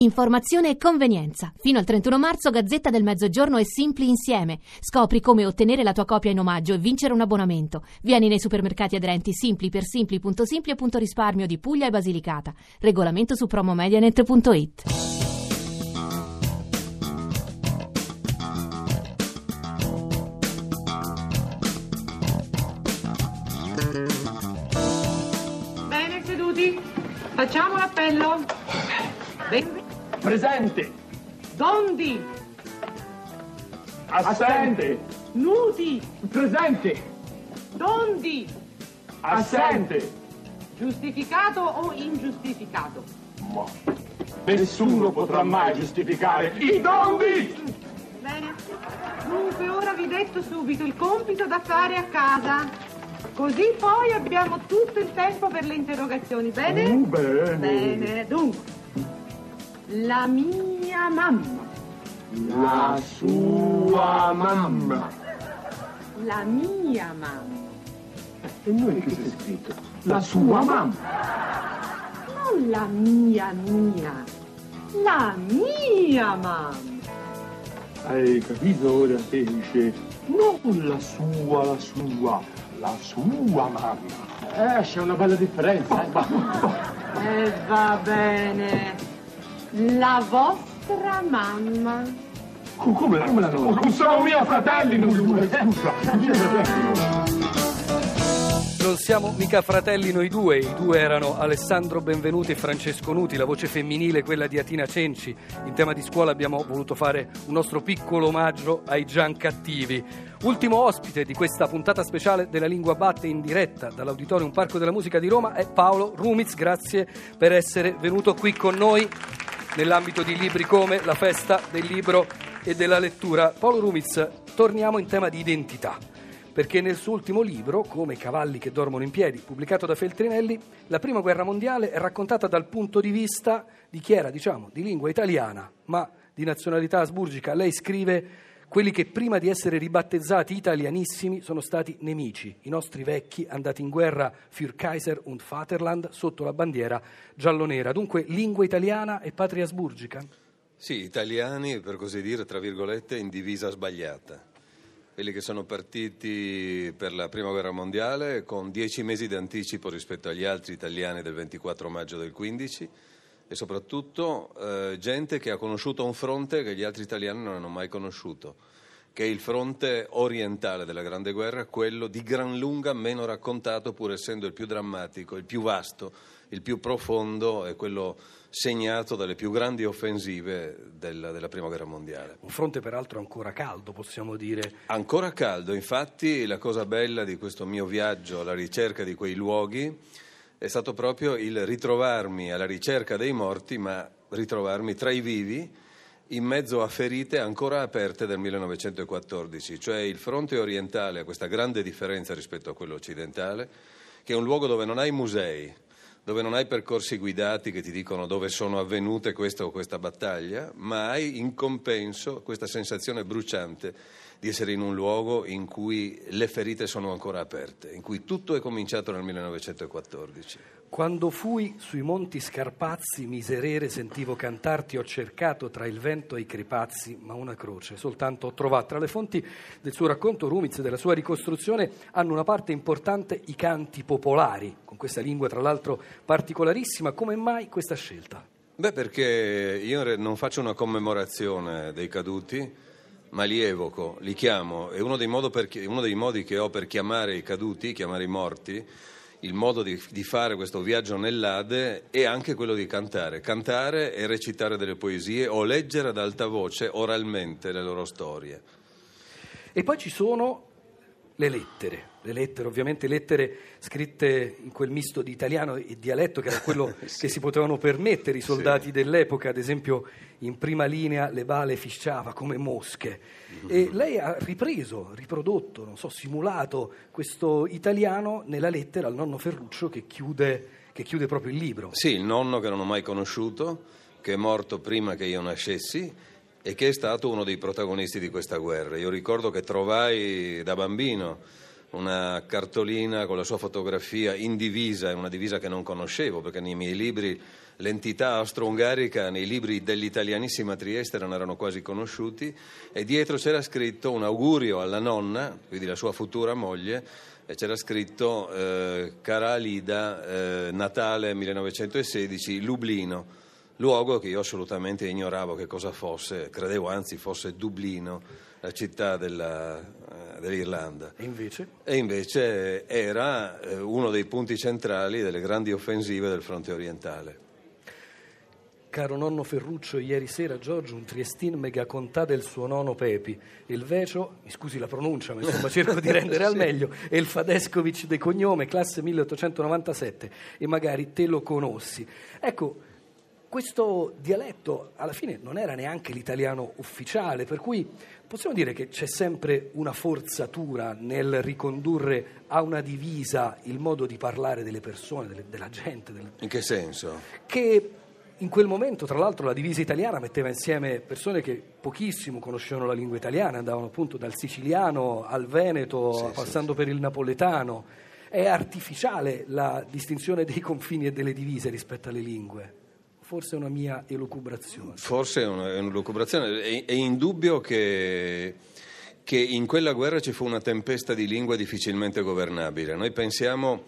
Informazione e convenienza. Fino al 31 marzo Gazzetta del Mezzogiorno e Simpli insieme. Scopri come ottenere la tua copia in omaggio e vincere un abbonamento. Vieni nei supermercati aderenti Simpli per simpli.simpli.risparmio di Puglia e Basilicata. Regolamento su promomedianet.it. Bene, seduti. Facciamo l'appello. Presente. Dondi. Assente. Nudi. Presente. Dondi. Assente. Giustificato o ingiustificato? Ma nessuno potrà mai giustificare i dondi. Bene. Dunque ora vi detto subito il compito da fare a casa. Così poi abbiamo tutto il tempo per le interrogazioni. Bene? Bene. Bene. Dunque. La mia mamma. La sua mamma. La mia mamma. E noi che c'è scritto? La sua mamma. Non la mia. La mia mamma. Hai capito ora che dice? Non la sua. La sua mamma. C'è una bella differenza. Va bene. La vostra mamma. Come la no? Sono miei fratelli, noi due. Non siamo mica fratelli noi due, i due erano Alessandro Benvenuti e Francesco Nuti, la voce femminile quella di Atina Cenci. In tema di scuola abbiamo voluto fare un nostro piccolo omaggio ai Giancattivi. Ultimo ospite di questa puntata speciale della Lingua Batte in diretta dall'Auditorium Parco della Musica di Roma è Paolo Rumiz. Grazie per essere venuto qui con noi nell'ambito di libri come la festa del libro e della lettura. Paolo Rumiz, torniamo in tema di identità, perché nel suo ultimo libro, Come i cavalli che dormono in piedi, pubblicato da Feltrinelli, la prima guerra mondiale è raccontata dal punto di vista di chi era, di lingua italiana, ma di nazionalità asburgica. Lei scrive: quelli che prima di essere ribattezzati italianissimi sono stati nemici, i nostri vecchi andati in guerra für Kaiser und Vaterland sotto la bandiera giallonera. Dunque lingua italiana e patria asburgica? Sì, italiani, per così dire, tra virgolette, in divisa sbagliata. Quelli che sono partiti per la prima guerra mondiale con 10 mesi di anticipo rispetto agli altri italiani del 24 maggio del 15 e soprattutto gente che ha conosciuto un fronte che gli altri italiani non hanno mai conosciuto, che è il fronte orientale della Grande Guerra, quello di gran lunga meno raccontato, pur essendo il più drammatico, il più vasto, il più profondo e quello segnato dalle più grandi offensive della Prima Guerra Mondiale. Un fronte peraltro ancora caldo, possiamo dire. Ancora caldo, infatti la cosa bella di questo mio viaggio alla ricerca di quei luoghi è stato proprio il ritrovarmi alla ricerca dei morti, ma ritrovarmi tra i vivi, in mezzo a ferite ancora aperte del 1914, cioè il fronte orientale ha questa grande differenza rispetto a quello occidentale, che è un luogo dove non hai musei, dove non hai percorsi guidati che ti dicono dove sono avvenute questa o questa battaglia, ma hai in compenso questa sensazione bruciante di essere in un luogo in cui le ferite sono ancora aperte, in cui tutto è cominciato nel 1914. Quando fui sui monti Scarpazzi, miserere, sentivo cantarti, ho cercato tra il vento e i crepazzi, ma una croce soltanto ho trovato. Tra le fonti del suo racconto, Rumiz, e della sua ricostruzione, hanno una parte importante i canti popolari, con questa lingua tra l'altro particolarissima. Come mai questa scelta? Beh, perché io non faccio una commemorazione dei caduti, ma li evoco, li chiamo. È uno dei modi che ho per chiamare i caduti, chiamare i morti. Il modo di fare questo viaggio nell'Ade è anche quello di cantare e recitare delle poesie o leggere ad alta voce oralmente le loro storie. E poi ci sono le lettere, ovviamente lettere scritte in quel misto di italiano e dialetto che era quello sì. che si potevano permettere i soldati dell'epoca. Ad esempio in prima linea le bale fisciava come mosche, e lei ha riprodotto, simulato questo italiano nella lettera al nonno Ferruccio che chiude proprio il libro. Sì, il nonno che non ho mai conosciuto, che è morto prima che io nascessi e che è stato uno dei protagonisti di questa guerra. Io ricordo che trovai da bambino una cartolina con la sua fotografia in divisa, una divisa che non conoscevo, perché nei miei libri l'entità austro-ungarica, nei libri dell'italianissima Trieste non erano quasi conosciuti, e dietro c'era scritto un augurio alla nonna, quindi la sua futura moglie, e c'era scritto cara Alida, Natale 1916, Lublino, luogo che io assolutamente ignoravo che cosa fosse, credevo anzi fosse Dublino, la città dell'Irlanda. E invece era uno dei punti centrali delle grandi offensive del fronte orientale. Caro nonno Ferruccio, ieri sera Giorgio un Triestin mega contà del suo nono Pepi, il Vecio, mi scusi la pronuncia, ma insomma cerco di rendere al meglio, e il Fadescovic de cognome, classe 1897, e magari te lo conosci. Ecco, questo dialetto alla fine non era neanche l'italiano ufficiale, per cui possiamo dire che c'è sempre una forzatura nel ricondurre a una divisa il modo di parlare delle persone, della gente. In che senso? Che in quel momento, tra l'altro, la divisa italiana metteva insieme persone che pochissimo conoscevano la lingua italiana, andavano appunto dal siciliano al veneto, passando per il napoletano. È artificiale la distinzione dei confini e delle divise rispetto alle lingue. Forse è una mia elucubrazione. Forse è un'elucubrazione. È indubbio che in quella guerra ci fu una tempesta di lingua difficilmente governabile. Noi pensiamo...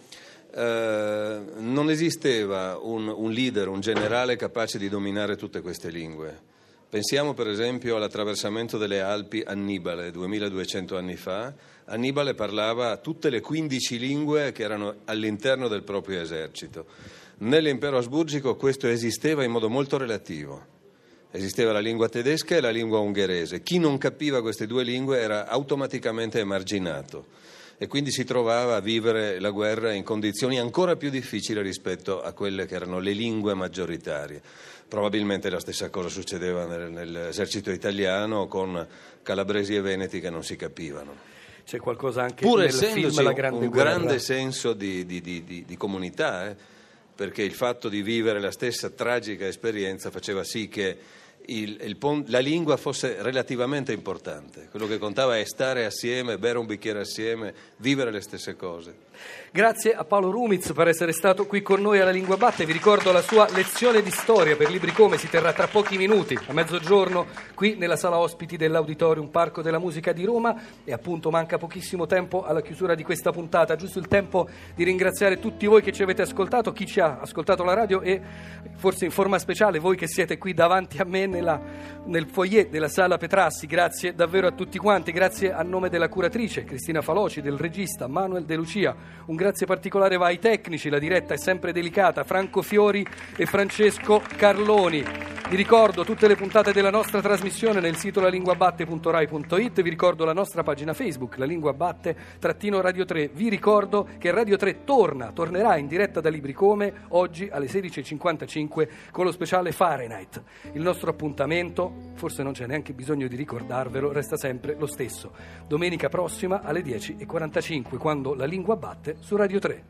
non esisteva un leader, un generale capace di dominare tutte queste lingue. Pensiamo per esempio all'attraversamento delle Alpi Annibale 2200 anni fa. Annibale parlava tutte le 15 lingue che erano all'interno del proprio esercito. Nell'impero asburgico questo esisteva in modo molto relativo. Esisteva la lingua tedesca e la lingua ungherese. Chi non capiva queste due lingue era automaticamente emarginato. E quindi si trovava a vivere la guerra in condizioni ancora più difficili rispetto a quelle che erano le lingue maggioritarie. Probabilmente la stessa cosa succedeva nell'esercito italiano con calabresi e veneti che non si capivano. C'è qualcosa anche pur nel film La Grande Guerra. Un grande senso di comunità, perché il fatto di vivere la stessa tragica esperienza faceva sì che la lingua fosse relativamente importante. Quello che contava è stare assieme, bere un bicchiere assieme, vivere le stesse cose. Grazie a Paolo Rumiz per essere stato qui con noi alla Lingua Batte. Vi ricordo la sua lezione di storia per Libri Come, si terrà tra pochi minuti, a mezzogiorno, qui nella sala ospiti dell'Auditorium Parco della Musica di Roma. E appunto manca pochissimo tempo alla chiusura di questa puntata, giusto il tempo di ringraziare tutti voi che ci avete ascoltato, chi ci ha ascoltato la radio e forse in forma speciale voi che siete qui davanti a me nel foyer della Sala Petrassi. Grazie davvero a tutti quanti, grazie a nome della curatrice Cristina Faloci, del regista Manuel De Lucia. Un grazie particolare va ai tecnici, la diretta è sempre delicata, Franco Fiori e Francesco Carloni. Vi ricordo tutte le puntate della nostra trasmissione nel sito lalinguabatte.rai.it, vi ricordo la nostra pagina Facebook, La Lingua Batte-Radio 3. Vi ricordo che Radio 3 tornerà in diretta da Libri Come oggi alle 16.55 con lo speciale Fahrenheit. Il nostro appuntamento, forse non c'è neanche bisogno di ricordarvelo, resta sempre lo stesso. Domenica prossima alle 10.45, quando La Lingua Batte su Radio 3.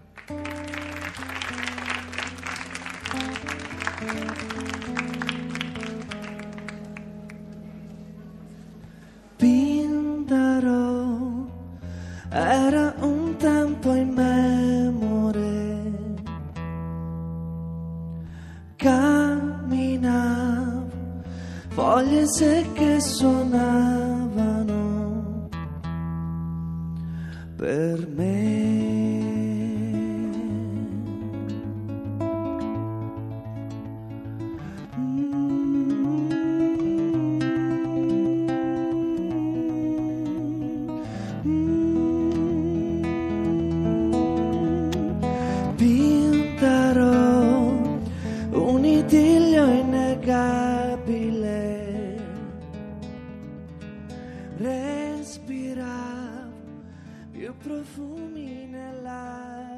Pindaro era un tempo immemore, camminavo, foglie secche suonavano per me. Un idillio innegabile, respiravo più profumi nell'aria.